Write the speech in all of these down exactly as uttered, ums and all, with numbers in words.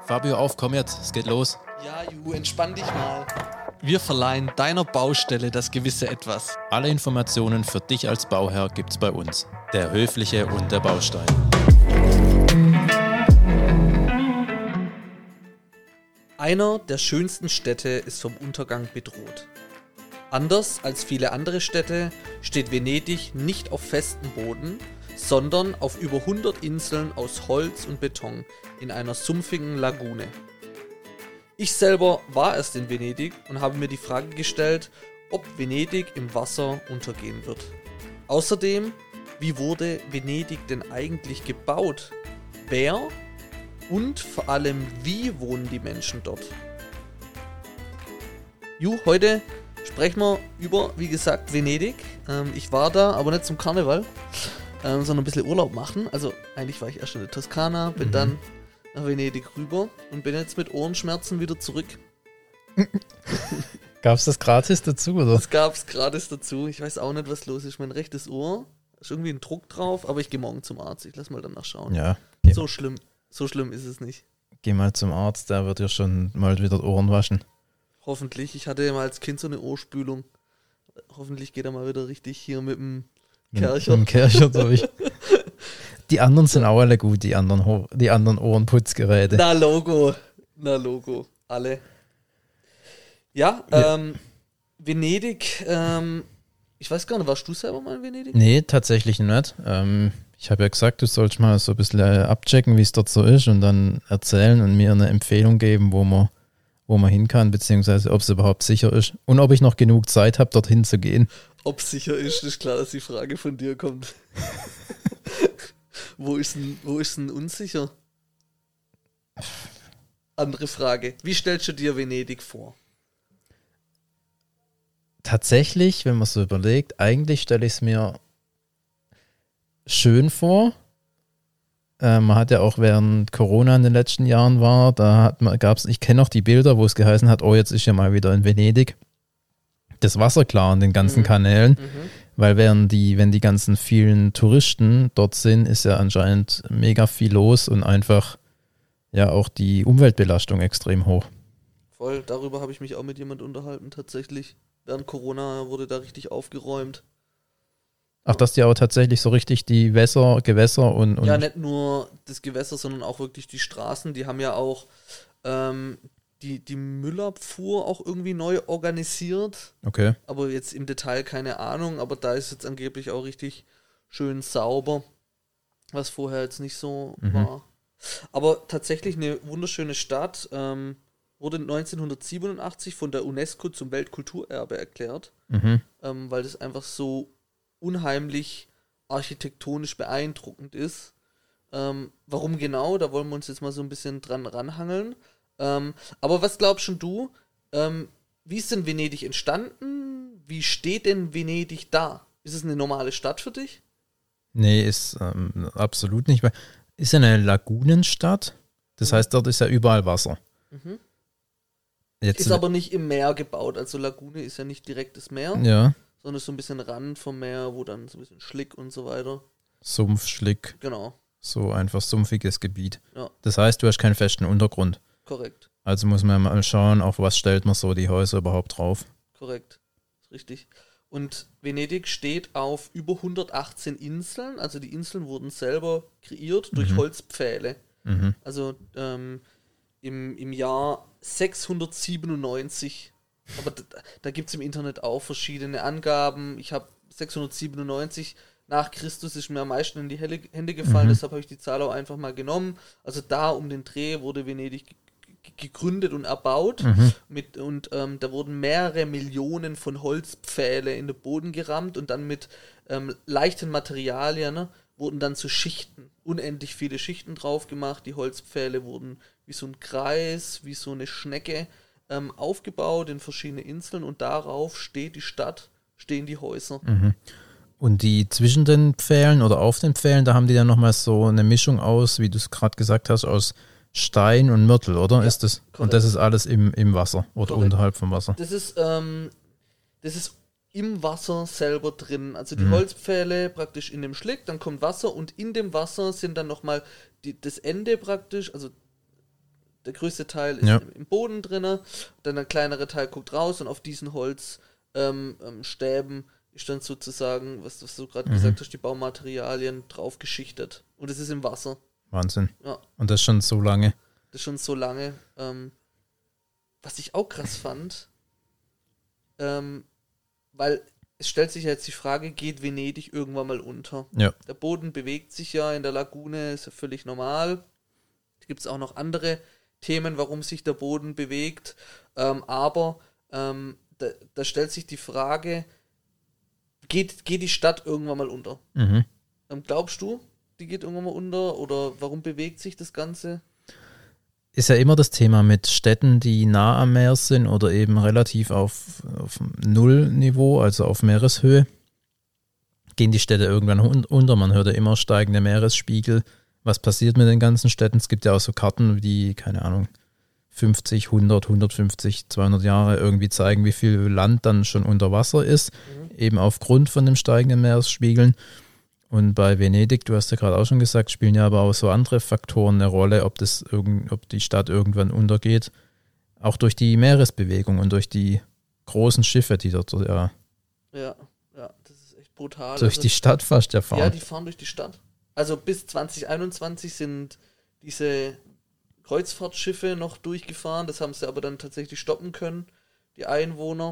Fabio, auf, komm jetzt, es geht los. Ja, Ju, entspann dich mal. Wir verleihen deiner Baustelle das gewisse Etwas. Alle Informationen für dich als Bauherr gibt's bei uns. Der Höfliche und der Baustein. Einer der schönsten Städte ist vom Untergang bedroht. Anders als viele andere Städte steht Venedig nicht auf festem Boden, sondern auf über hundert Inseln aus Holz und Beton in einer sumpfigen Lagune. Ich selber war erst in Venedig und habe mir die Frage gestellt, ob Venedig im Wasser untergehen wird. Außerdem, wie wurde Venedig denn eigentlich gebaut? Wer und vor allem, wie wohnen die Menschen dort? Ju, heute sprechen wir über, wie gesagt, Venedig. Ähm, ich war da, aber nicht zum Karneval, ähm, sondern ein bisschen Urlaub machen. Also eigentlich war ich erst in der Toskana, bin mhm. dann nach Venedig rüber und bin jetzt mit Ohrenschmerzen wieder zurück. Gab's das gratis dazu, oder? Das gab's gratis dazu. Ich weiß auch nicht, was los ist. Mein rechtes Ohr, ist irgendwie ein Druck drauf, aber ich gehe morgen zum Arzt. Ich lass mal danach schauen. Ja. So schlimm, so schlimm ist es nicht. Geh mal zum Arzt, der wird dir schon mal wieder Ohren waschen. Hoffentlich. Ich hatte ja mal als Kind so eine Ohrspülung. Hoffentlich geht er mal wieder richtig hier mit dem Kercher. Mit dem Kercher durch. Die anderen sind auch alle gut, die anderen, Ho- die anderen Ohrenputzgeräte. Na Logo, na Logo, alle. Ja, ja. Ähm, Venedig, ähm, ich weiß gar nicht, warst du selber mal in Venedig? Nee, tatsächlich nicht. Ähm, ich habe ja gesagt, du sollst mal so ein bisschen abchecken, wie es dort so ist und dann erzählen und mir eine Empfehlung geben, wo man, wo man hin kann, beziehungsweise ob es überhaupt sicher ist und ob ich noch genug Zeit habe, dorthin zu gehen. Ob es sicher ist, ist klar, dass die Frage von dir kommt. Wo ist denn, wo ist denn unsicher? Andere Frage. Wie stellst du dir Venedig vor? Tatsächlich, wenn man so überlegt, eigentlich stelle ich es mir schön vor. Äh, man hat ja auch während Corona in den letzten Jahren war, da hat man, gab's, ich kenne noch die Bilder, wo es geheißen hat, oh, jetzt ist ja mal wieder in Venedig das Wasser klar an den ganzen mhm. Kanälen. Mhm. Weil während die, wenn die ganzen vielen Touristen dort sind, ist ja anscheinend mega viel los und einfach ja auch die Umweltbelastung extrem hoch. Voll, darüber habe ich mich auch mit jemand unterhalten tatsächlich. Während Corona wurde da richtig aufgeräumt. Ach, dass die auch tatsächlich so richtig die Wässer, Gewässer und, und... Ja, nicht nur das Gewässer, sondern auch wirklich die Straßen. Die haben ja auch ähm, die, die Müllabfuhr auch irgendwie neu organisiert. Okay. Aber jetzt im Detail keine Ahnung, aber da ist jetzt angeblich auch richtig schön sauber, was vorher jetzt nicht so mhm. war. Aber tatsächlich eine wunderschöne Stadt, ähm, wurde neunzehnhundertsiebenundachtzig von der UNESCO zum Weltkulturerbe erklärt, mhm. ähm, weil das einfach so unheimlich architektonisch beeindruckend ist. Ähm, warum genau, da wollen wir uns jetzt mal so ein bisschen dran ranhangeln. Ähm, aber was glaubst du, ähm, wie ist denn Venedig entstanden? Wie steht denn Venedig da? Ist es eine normale Stadt für dich? Nee, ist ähm, absolut nicht. Ist ja eine Lagunenstadt. Das mhm. heißt, dort ist ja überall Wasser. Mhm. Jetzt ist aber nicht im Meer gebaut. Also Lagune ist ja nicht direkt das Meer, ja. sondern ist so ein bisschen Rand vom Meer, wo dann so ein bisschen Schlick und so weiter. Sumpf, Schlick. Genau. So einfach sumpfiges Gebiet. Ja. Das heißt, du hast keinen festen Untergrund. Korrekt. Also muss man mal schauen, auf was stellt man so die Häuser überhaupt drauf. Korrekt, ist richtig. Und Venedig steht auf über hundertachtzehn Inseln. Also die Inseln wurden selber kreiert durch mhm. Holzpfähle. Mhm. Also ähm, im, im Jahr sechshundertsiebenundneunzig. Aber da, da gibt es im Internet auch verschiedene Angaben. Ich habe sechshundertsiebenundneunzig nach Christus ist mir am meisten in die Hände gefallen. Mhm. Deshalb habe ich die Zahl auch einfach mal genommen. Also da um den Dreh wurde Venedig gegründet und erbaut mhm. mit, und ähm, da wurden mehrere Millionen von Holzpfähle in den Boden gerammt und dann mit ähm, leichten Materialien ne, wurden dann zu Schichten, unendlich viele Schichten drauf gemacht. Die Holzpfähle wurden wie so ein Kreis, wie so eine Schnecke ähm, aufgebaut in verschiedene Inseln und darauf steht die Stadt, stehen die Häuser. Mhm. Und die zwischen den Pfählen oder auf den Pfählen, da haben die dann nochmal so eine Mischung aus, wie du es gerade gesagt hast, aus Stein und Mörtel, oder? Ja, ist das? Korrekt. Und das ist alles im, im Wasser oder korrekt. Unterhalb vom Wasser? Das ist, ähm, das ist im Wasser selber drin. Also die mhm. Holzpfähle praktisch in dem Schlick, dann kommt Wasser und in dem Wasser sind dann nochmal das Ende praktisch, also der größte Teil ist Ja. im, im Boden drin, dann der kleinere Teil guckt raus und auf diesen Holzstäben ähm, ähm, Stäben ist dann sozusagen, was, was du gerade Mhm. gesagt hast, die Baumaterialien drauf geschichtet. Und es ist im Wasser. Wahnsinn. Ja. Und das schon so lange. Das ist schon so lange. Ähm, was ich auch krass fand, ähm, weil es stellt sich ja jetzt die Frage, geht Venedig irgendwann mal unter? Ja. Der Boden bewegt sich ja in der Lagune, ist ja völlig normal. Da gibt es auch noch andere Themen, warum sich der Boden bewegt. Ähm, aber ähm, da, da stellt sich die Frage, geht, geht die Stadt irgendwann mal unter? Mhm. Ähm, glaubst du, die geht irgendwann mal unter? Oder warum bewegt sich das Ganze? Ist ja immer das Thema mit Städten, die nah am Meer sind oder eben relativ auf, auf Nullniveau, also auf Meereshöhe. Gehen die Städte irgendwann hun- unter? Man hört ja immer steigende Meeresspiegel. Was passiert mit den ganzen Städten? Es gibt ja auch so Karten, die, keine Ahnung, fünfzig, hundert, hundertfünfzig, zweihundert Jahre irgendwie zeigen, wie viel Land dann schon unter Wasser ist, Mhm. eben aufgrund von den steigenden Meeresspiegeln. Und bei Venedig, du hast ja gerade auch schon gesagt, spielen ja aber auch so andere Faktoren eine Rolle, ob das irgend, ob die Stadt irgendwann untergeht. Auch durch die Meeresbewegung und durch die großen Schiffe, die dort ja Ja, ja, das ist echt brutal. durch Also- die Stadt fast ja fahren. Ja, die fahren durch die Stadt. Also bis zwanzig einundzwanzig sind diese Kreuzfahrtschiffe noch durchgefahren. Das haben sie aber dann tatsächlich stoppen können, die Einwohner.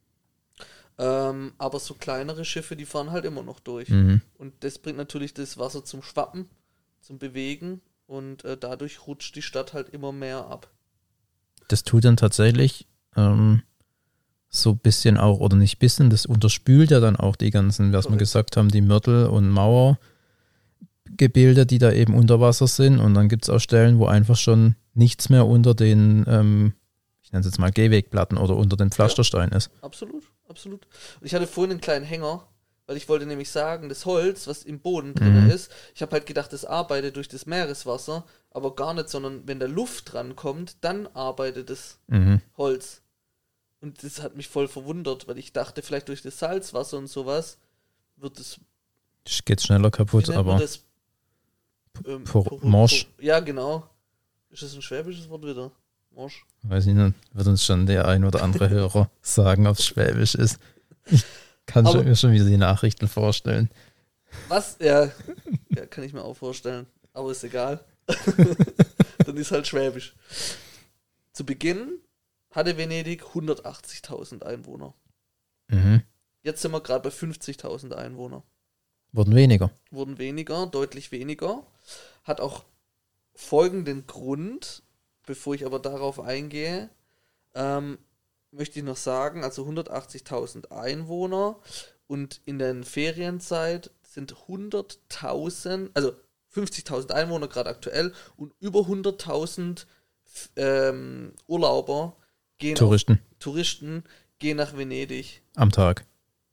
Ähm, aber so kleinere Schiffe, die fahren halt immer noch durch. Mhm. Und das bringt natürlich das Wasser zum Schwappen, zum Bewegen. Und äh, dadurch rutscht die Stadt halt immer mehr ab. Das tut dann tatsächlich ähm, so ein bisschen auch, oder nicht bisschen, das unterspült ja dann auch die ganzen, was wir Korrekt. gesagt haben, die Mörtel- und Mauergebilde, die da eben unter Wasser sind. Und dann gibt es auch Stellen, wo einfach schon nichts mehr unter den, ähm, ich nenne es jetzt mal Gehwegplatten oder unter den Pflastersteinen ist. Absolut, absolut. Und ich hatte vorhin einen kleinen Hänger, weil ich wollte nämlich sagen, das Holz, was im Boden drin Mhm. ist, ich habe halt gedacht, das arbeitet durch das Meereswasser, aber gar nicht, sondern wenn da Luft dran kommt, dann arbeitet das Mhm. Holz. Und das hat mich voll verwundert, weil ich dachte, vielleicht durch das Salzwasser und sowas wird es, Das geht schneller wie kaputt, nennt man aber das? Ähm, por- por- morsch. por- Ja, genau. Ist das ein schwäbisches Wort wieder? Morsch. weiß ich nicht, wird uns schon der ein oder andere Hörer sagen, ob es Schwäbisch ist. Ich kann Aber- schon, mir schon wieder die Nachrichten vorstellen. Was? Ja, ja, kann ich mir auch vorstellen. Aber ist egal. Dann ist halt Schwäbisch. Zu Beginn hatte Venedig hundertachtzigtausend Einwohner. Mhm. Jetzt sind wir gerade bei fünfzigtausend Einwohner. Wurden weniger. Wurden weniger, deutlich weniger. Hat auch folgenden Grund, bevor ich aber darauf eingehe, ähm, möchte ich noch sagen, also hundertachtzigtausend Einwohner und in der Ferienzeit sind hunderttausend, also fünfzigtausend Einwohner gerade aktuell und über hunderttausend ähm, Urlauber gehen Touristen Auf, Touristen gehen nach Venedig am Tag.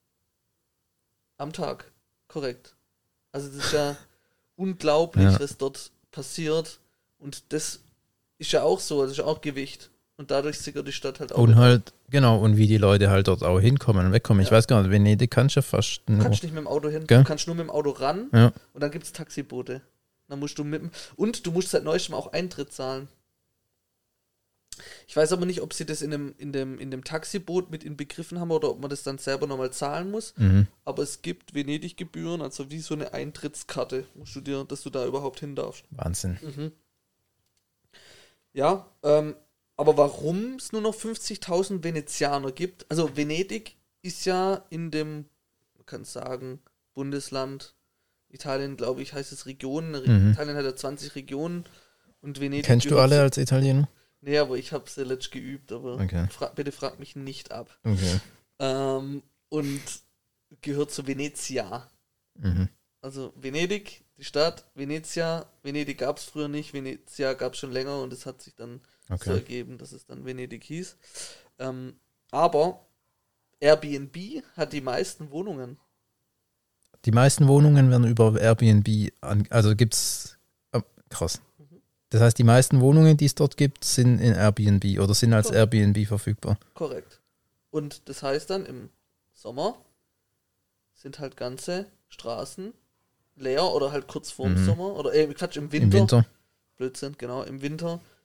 am Tag. Korrekt. Also das ist ja unglaublich, Ja. was dort passiert und das ist ja auch so, das ist ja auch Gewicht und dadurch sickert die Stadt halt auch. Und wieder. halt, genau, und wie die Leute halt dort auch hinkommen und wegkommen. Ich Ja. weiß gar nicht, Venedig kannst du ja fast Du nur. kannst nicht mit dem Auto hin, Gell? du kannst nur mit dem Auto ran Ja. und dann gibt es Taxiboote. Dann musst du mit dem, und du musst seit neuestem auch Eintritt zahlen. Ich weiß aber nicht, ob sie das in dem, in dem, in dem Taxiboot mit inbegriffen haben oder ob man das dann selber nochmal zahlen muss. Mhm. Aber es gibt Venedig-Gebühren, also wie so eine Eintrittskarte, musst du dir, dass du da überhaupt hin darfst. Wahnsinn. Mhm. Ja, ähm, aber warum es nur noch fünfzigtausend Venezianer gibt? Also Venedig ist ja in dem, man kann sagen, Bundesland, Italien, glaube ich, heißt es Regionen. Re- Mhm. Italien hat ja zwanzig Regionen und Venedig Kennst du gehört alle zu- als Italiener? Nee, aber ich habe sie letzt geübt, aber Okay. fra bitte frag mich nicht ab. Okay. Ähm, und gehört zu Venezia. Mhm. Also Venedig, die Stadt, Venezia. Venedig gab es früher nicht, Venezia gab es schon länger und es hat sich dann so Okay. ergeben, dass es dann Venedig hieß. Ähm, aber Airbnb hat die meisten Wohnungen. Die meisten Wohnungen werden über Airbnb an, also gibt's oh, krass. Das heißt, die meisten Wohnungen, die es dort gibt, sind in Airbnb oder sind als Ja. Airbnb verfügbar. Korrekt. Und das heißt dann im Sommer sind halt ganze Straßen leer oder halt kurz vorm Mhm. Sommer oder äh, Quatsch, im Winter. Im Winter. Blödsinn, genau, im Winter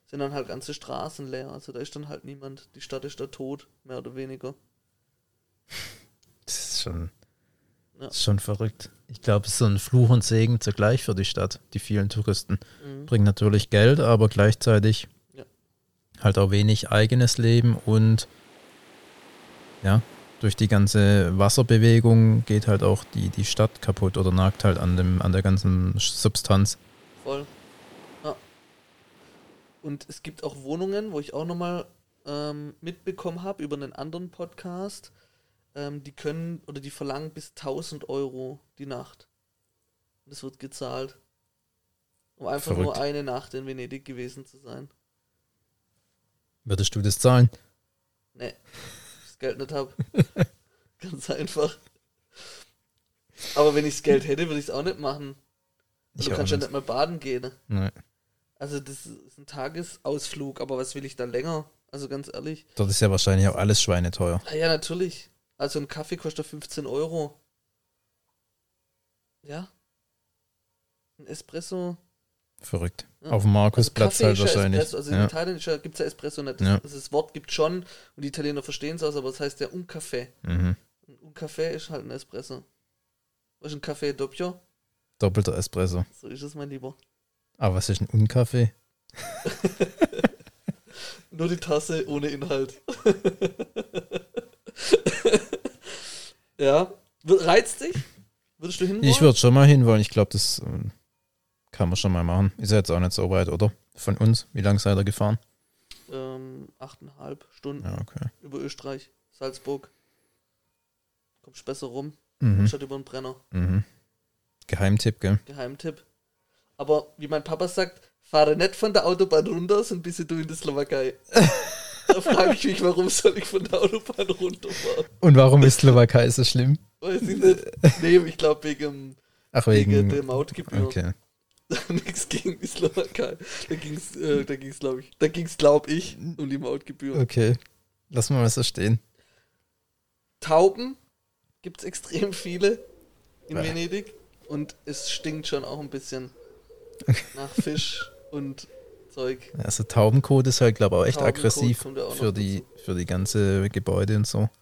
sind dann halt ganze Straßen leer. Also da ist dann halt niemand. Die Stadt ist da tot, mehr oder weniger. Das ist schon, Ja. das ist schon verrückt. Ich glaube, es ist so ein Fluch und Segen zugleich für die Stadt, die vielen Touristen. Mhm. Bringen natürlich Geld, aber gleichzeitig Ja. halt auch wenig eigenes Leben und ja, durch die ganze Wasserbewegung geht halt auch die, die Stadt kaputt oder nagt halt an, dem, an der ganzen Substanz. Voll. Ja. Und es gibt auch Wohnungen, wo ich auch nochmal ähm, mitbekommen habe über einen anderen Podcast, ähm, die können oder die verlangen bis tausend Euro die Nacht. Und das wird gezahlt. Um einfach Verrückt. nur eine Nacht in Venedig gewesen zu sein. Würdest du das zahlen? Nee, das Geld nicht habe. Ganz einfach. Aber wenn ich das Geld hätte, würde ich es auch nicht machen. Ich Du auch kannst ja nicht. nicht mal baden gehen. Nee. Also das ist ein Tagesausflug, aber was will ich da länger? Also ganz ehrlich. Dort ist ja wahrscheinlich auch alles schweineteuer. Ah ja, natürlich. Also ein Kaffee kostet fünfzehn Euro. Ja. Ein Espresso. Verrückt. Ja. Auf dem Markusplatz Kaffee halt ist ja wahrscheinlich. Espresso. Also in Ja. Italien ist ja, gibt es ja Espresso nicht. Ja. Das, das Wort gibt schon und die Italiener verstehen es aus, aber es heißt ja un Kaffee. Mhm. Un Kaffee ist halt ein Espresso. Was ist ein Kaffee doppio? Doppelter Espresso. So ist es, mein Lieber. Aber was ist ein Unkaffee? Nur die Tasse ohne Inhalt. Ja. W- Reizt dich? Würdest du hin wollen? Ich würde schon mal hinwollen. Ich glaube, das ähm, kann man schon mal machen. Ist ja jetzt auch nicht so weit, oder? Von uns. Wie lange seid ihr gefahren? Ähm, achteinhalb Stunden Ja, okay. über Österreich, Salzburg. Kommst besser rum, Mhm. statt über den Brenner. Mhm. Geheimtipp, gell? Geheimtipp. Aber wie mein Papa sagt, fahre nicht von der Autobahn runter, sonst bist du in der Slowakei. Da frage ich mich, warum soll ich von der Autobahn runterfahren? Und warum ist Slowakei so schlimm? Weiß ich nicht. Nee, ich glaube wegen, Ach, wegen wegen. der Mautgebühr. Okay. Nichts gegen die Slowakei. Da ging's, äh, da ging's, glaube ich, da ging's, glaube ich, um die Mautgebühr. Okay. Lass mal so stehen. Tauben gibt es extrem viele in Bäh. Venedig und es stinkt schon auch ein bisschen nach Fisch und Zeug. Also Taubenkot ist halt, glaube ich, auch echt Taubenkot aggressiv kommt ja auch noch für die, dazu. für die ganze Gebäude und so.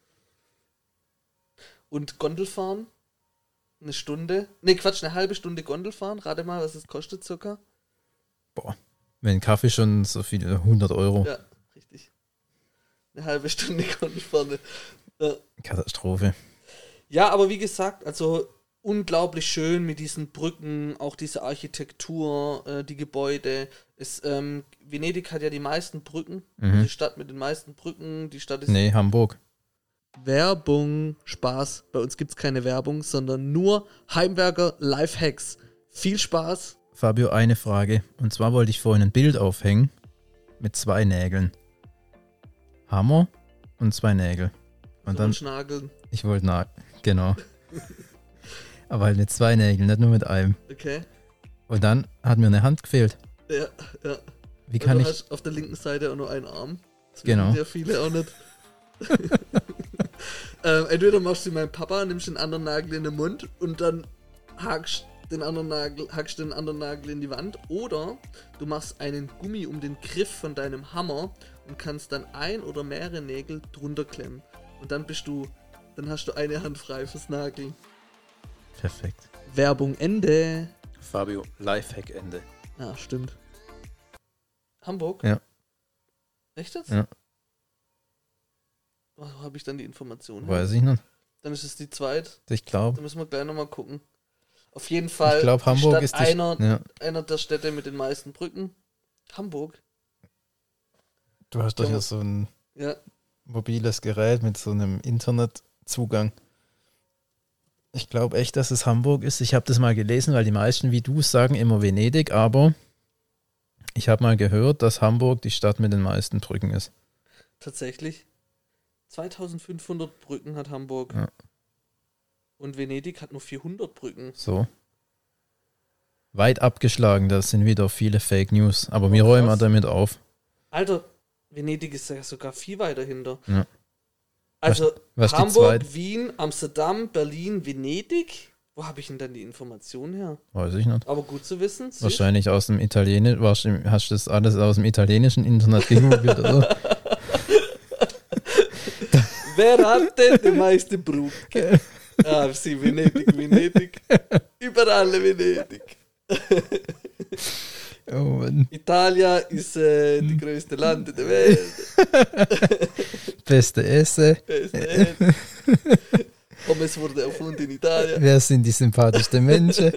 Und Gondelfahren, eine Stunde, ne Quatsch, eine halbe Stunde Gondelfahren, rate mal, was es kostet circa. Boah. Wenn Kaffee schon so viel, hundert Euro. Ja, richtig. Eine halbe Stunde Gondelfahren. Ja. Katastrophe. Ja, aber wie gesagt, also unglaublich schön mit diesen Brücken, auch diese Architektur, äh, die Gebäude. Es, ähm, Venedig hat ja die meisten Brücken, Mhm. die Stadt mit den meisten Brücken, die Stadt ist... Nee, Hamburg. Werbung, Spaß, bei uns gibt es keine Werbung, sondern nur Heimwerker Lifehacks. Viel Spaß. Fabio, eine Frage. Und zwar wollte ich vorhin ein Bild aufhängen mit zwei Nägeln. Hammer und zwei Nägel. Und dann, Schnageln. ich wollte na, genau. Aber halt mit zwei Nägeln, nicht nur mit einem. Okay. Und dann hat mir eine Hand gefehlt. Ja, ja. Wie kann Und ich... du hast auf der linken Seite auch nur einen Arm. Das Genau. wissen ja viele auch nicht. ähm, entweder machst du wie mein Papa, nimmst den anderen Nagel in den Mund und dann hakst den anderen Nagel, hackst den anderen Nagel in die Wand, oder du machst einen Gummi um den Griff von deinem Hammer und kannst dann ein oder mehrere Nägel drunter klemmen. Und dann bist du, dann hast du eine Hand frei fürs Nageln. Perfekt. Werbung Ende. Fabio, Lifehack Ende. Ja, stimmt. Hamburg? Ja. Echt jetzt? Ja. Wo habe ich dann die Informationen? Weiß ich nicht. Dann ist es die zweite. Ich glaube, Da müssen wir gleich nochmal gucken. Auf jeden Fall ich glaube Hamburg Stadt ist die... einer, ja. einer der Städte mit den meisten Brücken. Hamburg? Du hast doch Ja. hier so ein Ja. mobiles Gerät mit so einem Internetzugang. Ich glaube echt, dass es Hamburg ist. Ich habe das mal gelesen, weil die meisten wie du sagen immer Venedig, aber ich habe mal gehört, dass Hamburg die Stadt mit den meisten Brücken ist. Tatsächlich. zweitausendfünfhundert Brücken hat Hamburg. Ja. Und Venedig hat nur vierhundert Brücken. So. Weit abgeschlagen, das sind wieder viele Fake News. Aber Oh, wir räumen krass. damit auf. Alter, Venedig ist ja sogar viel weiter hinter. Ja. Also Was die Hamburg, zweit- Wien, Amsterdam, Berlin, Venedig. Wo habe ich denn dann die Information her? Weiß ich nicht. Aber gut zu wissen. Süß. Wahrscheinlich aus dem Italienischen, hast du das alles aus dem italienischen Internet gegoogelt, oder? Wer hat denn die meiste Brücke? Ah, sie, Venedig, Venedig. Überall Venedig. Oh Mann. Italien ist äh, die größte Land der Welt. Beste Essen. Beste Essen. Pommes wurde erfunden in Italien. Wer sind die sympathischsten Menschen?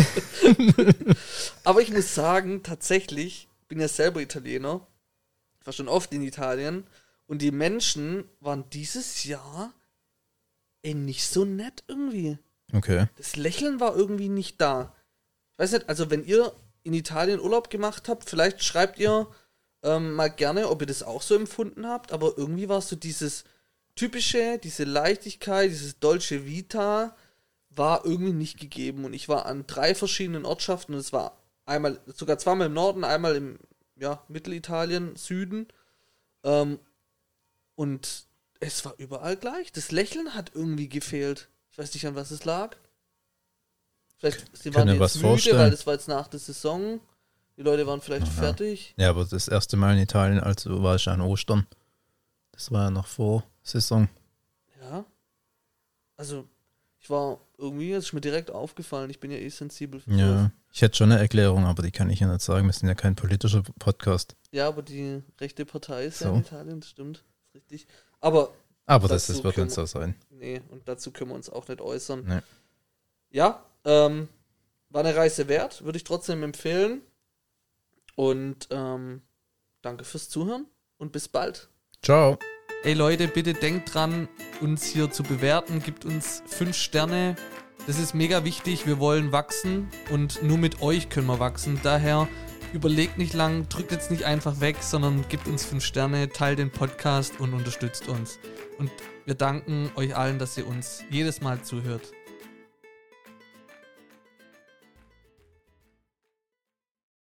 Aber ich muss sagen, tatsächlich, ich bin ja selber Italiener, ich war schon oft in Italien und die Menschen waren dieses Jahr ey, nicht so nett irgendwie. Okay. Das Lächeln war irgendwie nicht da. Ich weiß nicht, also wenn ihr in Italien Urlaub gemacht habt, vielleicht schreibt ihr ähm, mal gerne, ob ihr das auch so empfunden habt, aber irgendwie war es so dieses typische, diese Leichtigkeit, dieses Dolce Vita war irgendwie nicht gegeben und ich war an drei verschiedenen Ortschaften und es war einmal, sogar zweimal im Norden, einmal im ja, Mittelitalien, Süden ähm, und es war überall gleich. Das Lächeln hat irgendwie gefehlt. Ich weiß nicht, an was es lag. Vielleicht sie waren mir jetzt was müde, vorstellen. weil das war jetzt nach der Saison. Die Leute waren vielleicht Aha. fertig. Ja, aber das erste Mal in Italien, also war ich an Ostern. Das war ja noch vor Saison. Ja. Also, ich war irgendwie, es ist mir direkt aufgefallen, ich bin ja eh sensibel für sowas. Ja, ich hätte schon eine Erklärung, aber die kann ich ja nicht sagen. Wir sind ja kein politischer Podcast. Ja, aber die rechte Partei ist ja So. in Italien, das stimmt. Das ist richtig. Aber, Aber das, Dazu das wird können uns so sein. nee, und dazu können wir uns auch nicht äußern. Nee. Ja, ähm, war eine Reise wert, würde ich trotzdem empfehlen. Und ähm, danke fürs Zuhören und bis bald. Ciao. Ey Leute, bitte denkt dran, uns hier zu bewerten. Gibt uns fünf Sterne. Das ist mega wichtig. Wir wollen wachsen und nur mit euch können wir wachsen. Daher überlegt nicht lang, drückt jetzt nicht einfach weg, sondern gebt uns fünf Sterne, teilt den Podcast und unterstützt uns. Und wir danken euch allen, dass ihr uns jedes Mal zuhört.